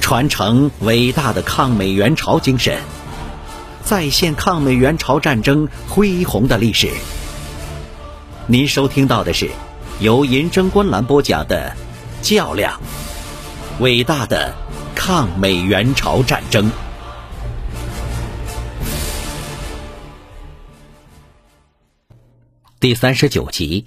传承伟大的抗美援朝精神，再现抗美援朝战争恢宏的历史。您收听到的是由银针观澜播讲的《较量：伟大的抗美援朝战争》第39集。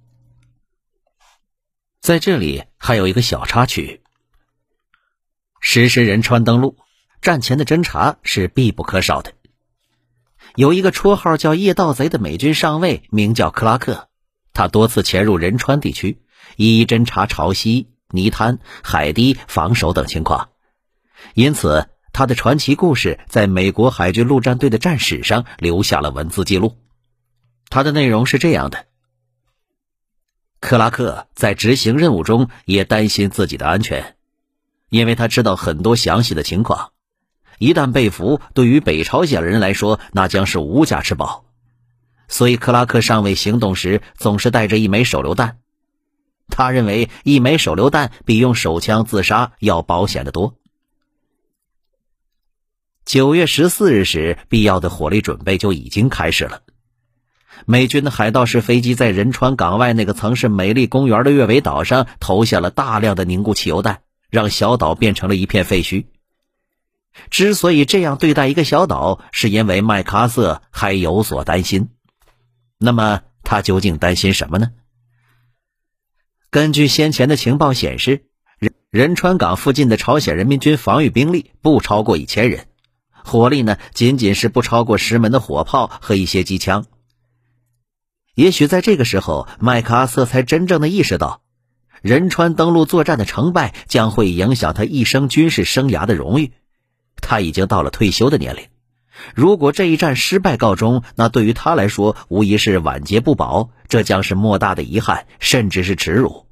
在这里还有一个小插曲。实施仁川登陆，战前的侦察是必不可少的。有一个绰号叫夜盗贼的美军上尉，名叫克拉克，他多次潜入仁川地区，一一侦察潮汐、泥滩、海堤、防守等情况。因此他的传奇故事在美国海军陆战队的战史上留下了文字记录。他的内容是这样的：克拉克在执行任务中也担心自己的安全，因为他知道很多详细的情况，一旦被俘，对于北朝鲜人来说那将是无价之宝。所以克拉克上尉行动时总是带着一枚手榴弹，他认为一枚手榴弹比用手枪自杀要保险得多。9月14日时，必要的火力准备就已经开始了。美军的海盗式飞机在仁川港外那个曾是美丽公园的月尾岛上投下了大量的凝固汽油弹，让小岛变成了一片废墟。之所以这样对待一个小岛，是因为麦克阿瑟还有所担心。那么他究竟担心什么呢？根据先前的情报显示，仁川港附近的朝鲜人民军防御兵力不超过1000人，火力呢仅仅是不超过10门的火炮和一些机枪。也许在这个时候，麦克阿瑟才真正的意识到，仁川登陆作战的成败将会影响他一生军事生涯的荣誉。他已经到了退休的年龄，如果这一战失败告终，那对于他来说无疑是晚节不保，这将是莫大的遗憾，甚至是耻辱。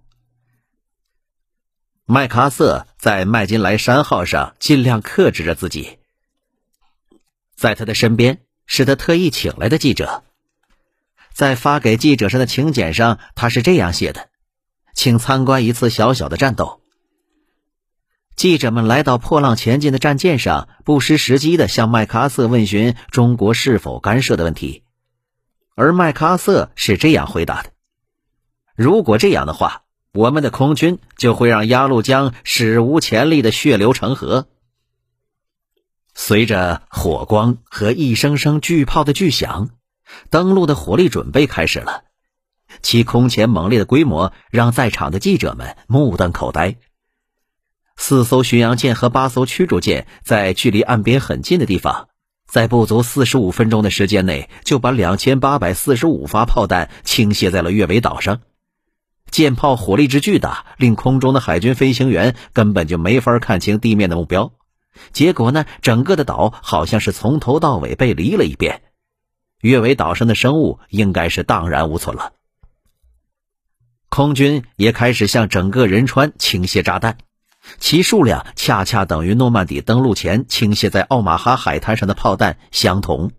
麦克阿瑟在麦金莱山号上尽量克制着自己。在他的身边是他特意请来的记者，在发给记者上的请柬上，他是这样写的：请参观一次小小的战斗。记者们来到破浪前进的战舰上，不失时机地向麦克阿瑟问询中国是否干涉的问题。而麦克阿瑟是这样回答的：如果这样的话，我们的空军就会让鸭绿江史无前例的血流成河。随着火光和一声声巨炮的巨响，登陆的火力准备开始了。其空前猛烈的规模让在场的记者们目瞪口呆。4艘巡洋舰和8艘驱逐舰在距离岸边很近的地方，在不足45分钟的时间内就把2845发炮弹倾泻在了月尾岛上。舰炮火力之巨大，令空中的海军飞行员根本就没法看清地面的目标。结果呢，整个的岛好像是从头到尾被犁了一遍，月尾岛上的生物应该是荡然无存了。空军也开始向整个仁川倾泻炸弹，其数量恰恰等于诺曼底登陆前倾泻在奥马哈海滩上的炮弹相同。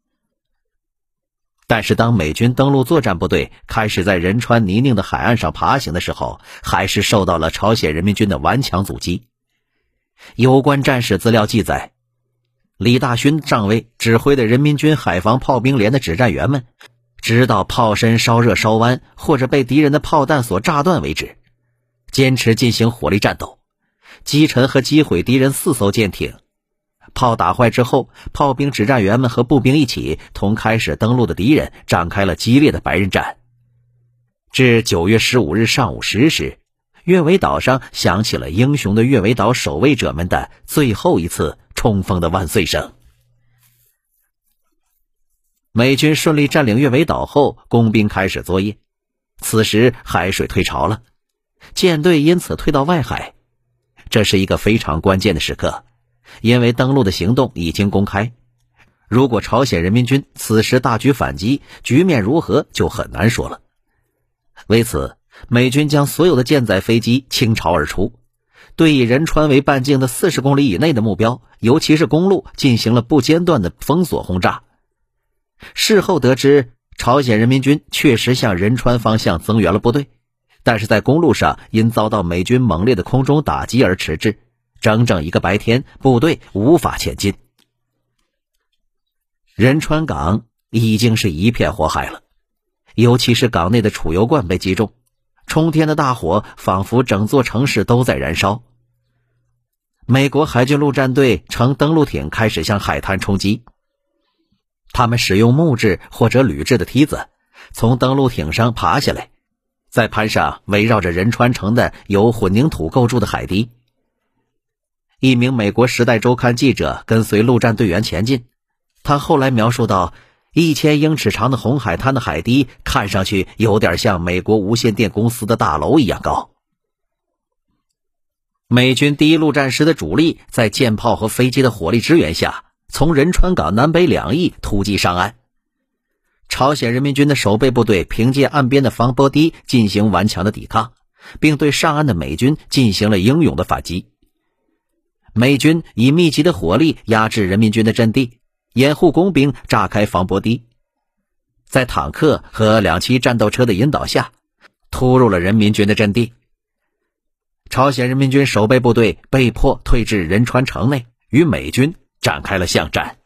但是当美军登陆作战部队开始在仁川泥泞的海岸上爬行的时候，还是受到了朝鲜人民军的顽强阻击。有关战史资料记载，李大勋上尉指挥的人民军海防炮兵连的指战员们，直到炮身烧热烧弯或者被敌人的炮弹所炸断为止，坚持进行火力战斗，击沉和击毁敌人4艘舰艇。炮打坏之后，炮兵指战员们和步兵一起同开始登陆的敌人展开了激烈的白刃战。至9月15日上午10时，月尾岛上响起了英雄的月尾岛守卫者们的最后一次冲锋的万岁声。美军顺利占领月尾岛后，工兵开始作业。此时海水退潮了，舰队因此退到外海。这是一个非常关键的时刻，因为登陆的行动已经公开。如果朝鲜人民军此时大举反击，局面如何就很难说了。为此，美军将所有的舰载飞机倾巢而出，对以仁川为半径的40公里以内的目标，尤其是公路，进行了不间断的封锁轰炸。事后得知，朝鲜人民军确实向仁川方向增援了部队，但是在公路上因遭到美军猛烈的空中打击而迟滞， 整整一个白天，部队无法前进。仁川港已经是一片火海了，尤其是港内的储油罐被击中，冲天的大火仿佛整座城市都在燃烧。美国海军陆战队乘登陆艇开始向海滩冲击，他们使用木质或者铝制的梯子从登陆艇上爬下来，再攀上围绕着仁川城的由混凝土构筑的海堤。一名美国《时代周刊》记者跟随陆战队员前进，他后来描述到，1000英尺长的红海滩的海堤看上去有点像美国无线电公司的大楼一样高。美军第一陆战师的主力在舰炮和飞机的火力支援下，从仁川港南北2翼突击上岸。朝鲜人民军的守备部队凭借岸边的防波堤进行顽强的抵抗，并对上岸的美军进行了英勇的反击。美军以密集的火力压制人民军的阵地，掩护工兵炸开防波堤，在坦克和2栖战斗车的引导下，突入了人民军的阵地。朝鲜人民军守备部队被迫退至仁川城内，与美军展开了巷战。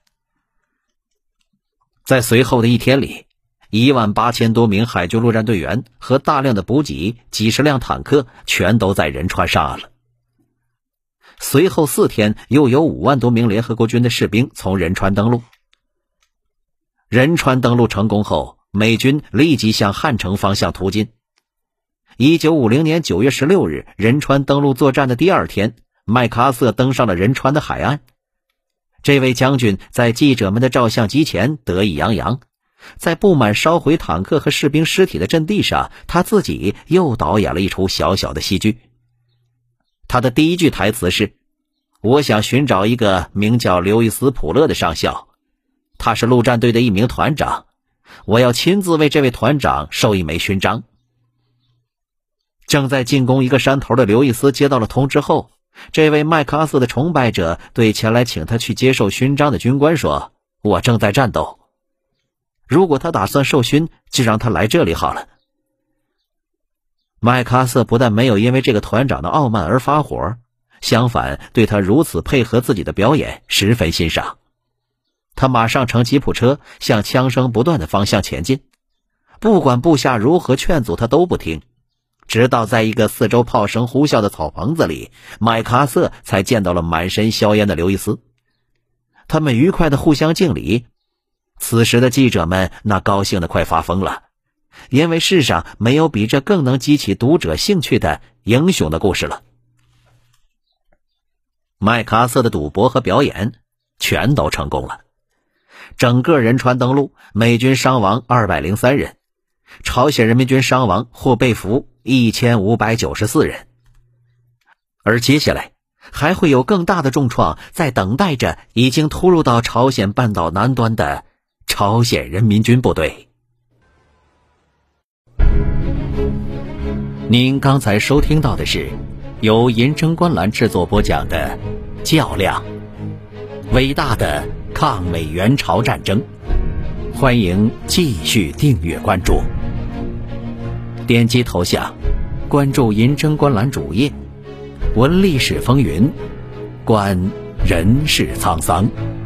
在随后的一天里，18000多名海军陆战队员和大量的补给、几十辆坦克全都在仁川上岸了。随后4天，又有5万多名联合国军的士兵从仁川登陆。仁川登陆成功后，美军立即向汉城方向突进。1950年9月16日，仁川登陆作战的第2天，麦克阿瑟登上了仁川的海岸。这位将军在记者们的照相机前得意洋洋，在布满烧毁坦克和士兵尸体的阵地上，他自己又导演了一出小小的戏剧。他的第一句台词是：我想寻找一个名叫刘易斯·普勒的上校，他是陆战队的一名团长，我要亲自为这位团长授一枚勋章。正在进攻一个山头的刘易斯接到了通知后，这位麦克阿瑟的崇拜者对前来请他去接受勋章的军官说：我正在战斗，如果他打算受勋，就让他来这里好了。麦克阿瑟不但没有因为这个团长的傲慢而发火，相反对他如此配合自己的表演十分欣赏。他马上乘吉普车向枪声不断的方向前进，不管部下如何劝阻他都不听，直到在一个四周炮声呼啸的草棚子里，麦克阿瑟才见到了满身硝烟的刘易斯。他们愉快地互相敬礼。此时的记者们那高兴得快发疯了，因为世上没有比这更能激起读者兴趣的英雄的故事了。麦克阿瑟的赌博和表演全都成功了。整个仁川登陆，美军伤亡203人，朝鲜人民军伤亡或被俘1594人。而接下来还会有更大的重创在等待着已经突入到朝鲜半岛南端的朝鲜人民军部队。您刚才收听到的是由银针观澜制作播讲的《较量：伟大的抗美援朝战争》，欢迎继续订阅关注，点击头像关注银针观澜主页，闻历史风云，观人世沧桑。